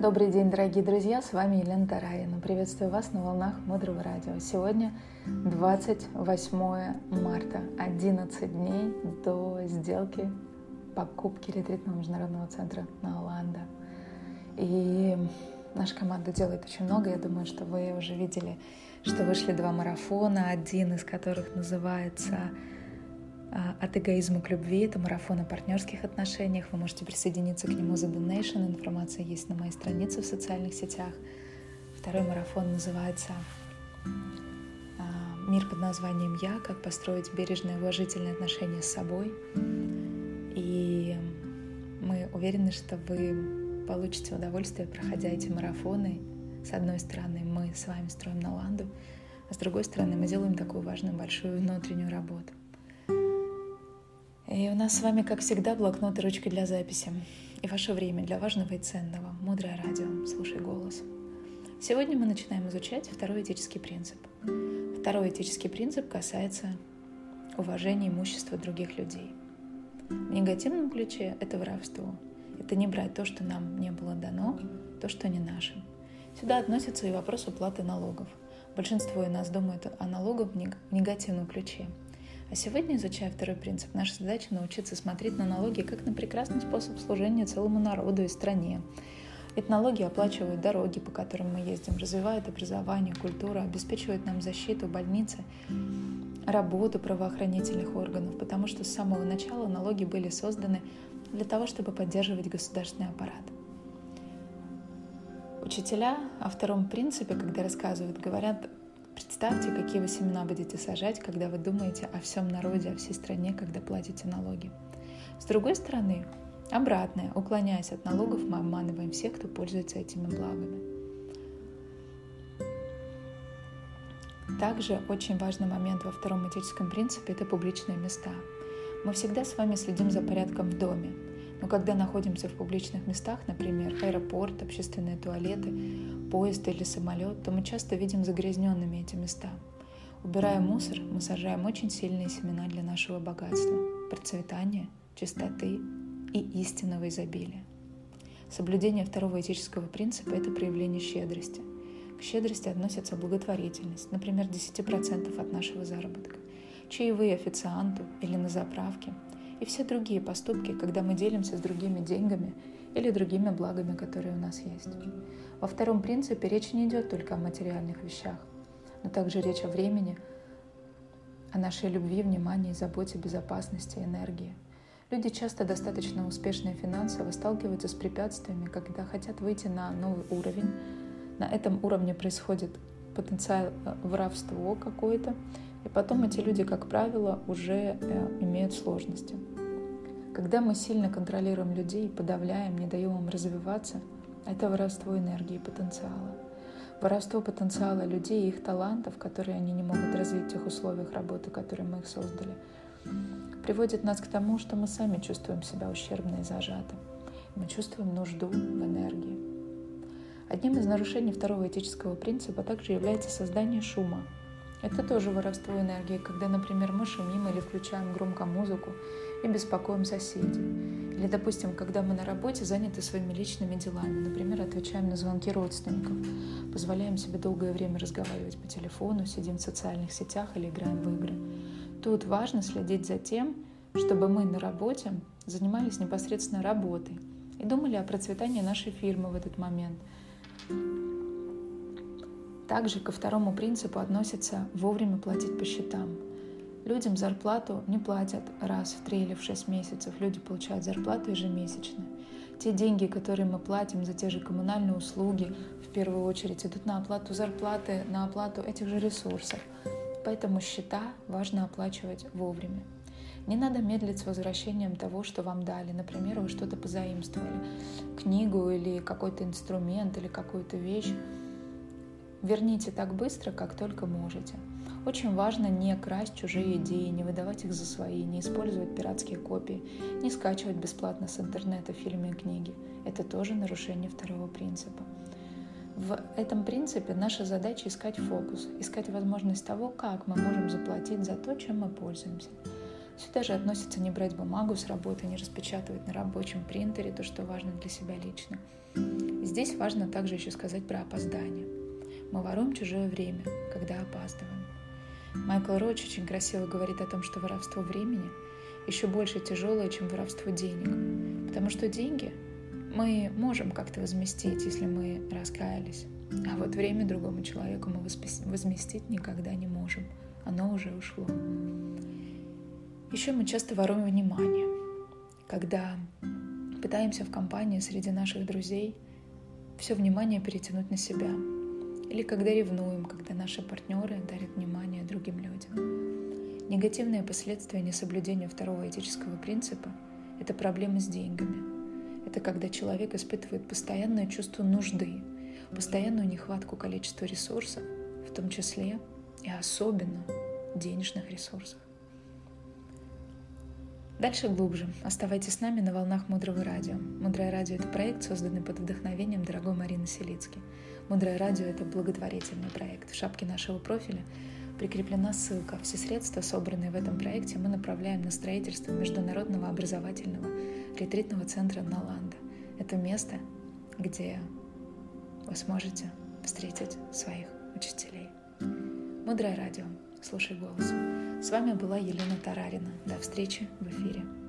Добрый день, дорогие друзья, с вами Елена Тараина. Приветствую вас на волнах Мудрого Радио. Сегодня 28 марта, 11 дней до сделки покупки ретритного международного центра на Орландо. И наша команда делает очень много. Я думаю, что вы уже видели, что вышли 2 марафона, один из которых называется «От эгоизма к любви». Это марафон о партнерских отношениях. Вы можете присоединиться к нему за donation. Информация есть на моей странице в социальных сетях. Второй марафон называется «Мир под названием Я. Как построить бережные и уважительные отношения с собой». И мы уверены, что вы получите удовольствие, проходя эти марафоны. С одной стороны, мы с вами строим Наланду, а с другой стороны, мы делаем такую важную, большую внутреннюю работу. И у нас с вами, как всегда, блокнот и ручка для записи. И ваше время для важного и ценного. Мудрое радио. Слушай голос. Сегодня мы начинаем изучать второй этический принцип. Второй этический принцип касается уважения имущества других людей. В негативном ключе это воровство. Это не брать то, что нам не было дано, то, что не наше. Сюда относится и вопрос уплаты налогов. Большинство из нас думают о налогах в негативном ключе. А сегодня, изучая второй принцип, наша задача научиться смотреть на налоги как на прекрасный способ служения целому народу и стране. Ведь налоги оплачивают дороги, по которым мы ездим, развивают образование, культуру, обеспечивают нам защиту, больницы, работу правоохранительных органов, потому что с самого начала налоги были созданы для того, чтобы поддерживать государственный аппарат. Учителя о втором принципе, когда рассказывают, говорят: представьте, какие вы семена будете сажать, когда вы думаете о всем народе, о всей стране, когда платите налоги. С другой стороны, обратное, уклоняясь от налогов, мы обманываем всех, кто пользуется этими благами. Также очень важный момент во втором этическом принципе – это публичные места. Мы всегда с вами следим за порядком в доме, но когда находимся в публичных местах, например, аэропорт, общественные туалеты, поезд или самолет, то мы часто видим загрязненными эти места. Убирая мусор, мы сажаем очень сильные семена для нашего богатства, процветания, чистоты и истинного изобилия. Соблюдение второго этического принципа – это проявление щедрости. К щедрости относится благотворительность, например, 10% от нашего заработка, чаевые официанту или на заправке, и все другие поступки, когда мы делимся с другими деньгами или другими благами, которые у нас есть. Во втором принципе речь не идет только о материальных вещах, но также речь о времени, о нашей любви, внимании, заботе, безопасности, энергии. Люди, часто достаточно успешные финансово, сталкиваются с препятствиями, когда хотят выйти на новый уровень. На этом уровне происходит потенциал воровства какое-то, и потом эти люди, как правило, уже имеют сложности. Когда мы сильно контролируем людей, подавляем, не даем им развиваться, это воровство энергии и потенциала. Воровство потенциала людей и их талантов, которые они не могут развить в тех условиях работы, в которые мы их создали, приводит нас к тому, что мы сами чувствуем себя ущербно и зажаты. Мы чувствуем нужду в энергии. Одним из нарушений второго этического принципа также является создание шума. Это тоже воровство энергии, когда, например, мы шумим или включаем громко музыку и беспокоим соседей. Или, допустим, когда мы на работе заняты своими личными делами, например, отвечаем на звонки родственников, позволяем себе долгое время разговаривать по телефону, сидим в социальных сетях или играем в игры. Тут важно следить за тем, чтобы мы на работе занимались непосредственно работой и думали о процветании нашей фирмы в этот момент. Также ко второму принципу относится вовремя платить по счетам. Людям зарплату не платят раз в 3 или в 6 месяцев. Люди получают зарплату ежемесячно. Те деньги, которые мы платим за те же коммунальные услуги, в первую очередь идут на оплату зарплаты, на оплату этих же ресурсов. Поэтому счета важно оплачивать вовремя. Не надо медлить с возвращением того, что вам дали. Например, вы что-то позаимствовали, книгу или какой-то инструмент или какую-то вещь. Верните так быстро, как только можете. Очень важно не красть чужие идеи, не выдавать их за свои, не использовать пиратские копии, не скачивать бесплатно с интернета фильмы и книги. Это тоже нарушение второго принципа. В этом принципе наша задача искать фокус, искать возможность того, как мы можем заплатить за то, чем мы пользуемся. Сюда же относится не брать бумагу с работы, не распечатывать на рабочем принтере то, что важно для себя лично. И здесь важно также еще сказать про опоздание. Мы воруем чужое время, когда опаздываем. Майкл Роуч очень красиво говорит о том, что воровство времени еще больше тяжелое, чем воровство денег. Потому что деньги мы можем как-то возместить, если мы раскаялись. А вот время другому человеку мы возместить никогда не можем. Оно уже ушло. Еще мы часто воруем внимание. Когда пытаемся в компании среди наших друзей все внимание перетянуть на себя. Или когда ревнуем, когда наши партнеры дарят внимание другим людям. Негативные последствия несоблюдения второго этического принципа – это проблемы с деньгами. Это когда человек испытывает постоянное чувство нужды, постоянную нехватку количества ресурсов, в том числе и особенно денежных ресурсов. Дальше глубже. Оставайтесь с нами на волнах Мудрого радио. Мудрое радио – это проект, созданный под вдохновением дорогой Марины Селицки. Мудрое радио – это благотворительный проект. В шапке нашего профиля прикреплена ссылка. Все средства, собранные в этом проекте, мы направляем на строительство международного образовательного ретритного центра Наланда. Это место, где вы сможете встретить своих учителей. Мудрое радио. Слушай голос. С вами была Елена Тарарина. До встречи в эфире.